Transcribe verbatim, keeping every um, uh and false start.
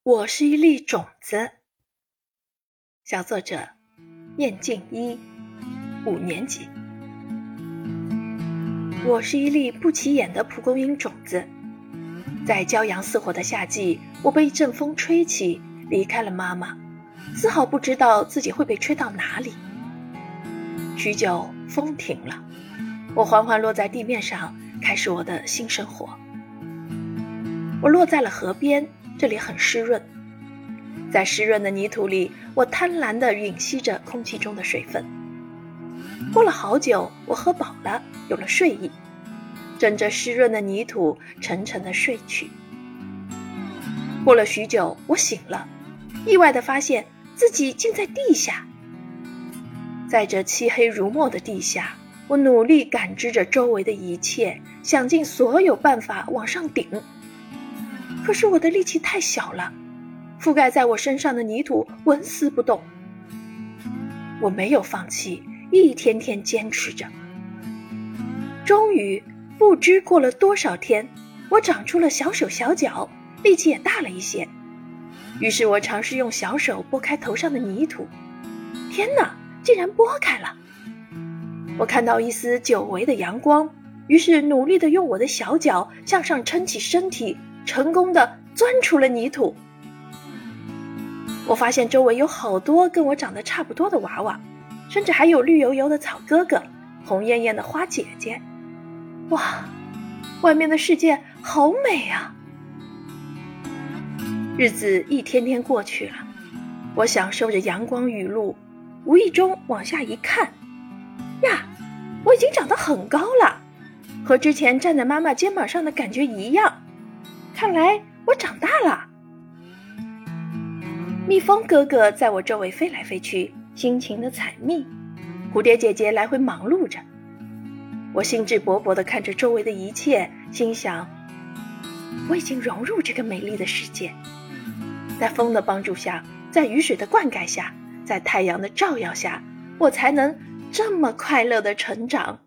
我是一粒种子。小作者燕静一，五年级。我是一粒不起眼的蒲公英种子，在骄阳似火的夏季，我被一阵风吹起，离开了妈妈，丝毫不知道自己会被吹到哪里。许久，风停了，我缓缓落在地面上，开始我的新生活。我落在了河边，这里很湿润，在湿润的泥土里，我贪婪地吮吸着空气中的水分。过了好久，我喝饱了，有了睡意，枕着湿润的泥土沉沉地睡去。过了许久，我醒了，意外地发现自己竟在地下。在这漆黑如墨的地下，我努力感知着周围的一切，想尽所有办法往上顶。可是我的力气太小了，覆盖在我身上的泥土纹丝不动。我没有放弃，一天天坚持着。终于，不知过了多少天，我长出了小手小脚，力气也大了一些。于是我尝试用小手拨开头上的泥土，天哪，竟然拨开了！我看到一丝久违的阳光，于是努力地用我的小脚向上撑起身体，成功地钻出了泥土。我发现周围有好多跟我长得差不多的娃娃，甚至还有绿油油的草哥哥，红艳艳的花姐姐。哇，外面的世界好美啊！日子一天天过去了，我享受着阳光雨露，无意中往下一看，呀，我已经长得很高了，和之前站在妈妈肩膀上的感觉一样。看来我长大了。蜜蜂哥哥在我周围飞来飞去，辛勤地采蜜，蝴蝶姐姐来回忙碌着。我兴致勃勃地看着周围的一切，心想，我已经融入这个美丽的世界。在风的帮助下，在雨水的灌溉下，在太阳的照耀下，我才能这么快乐地成长。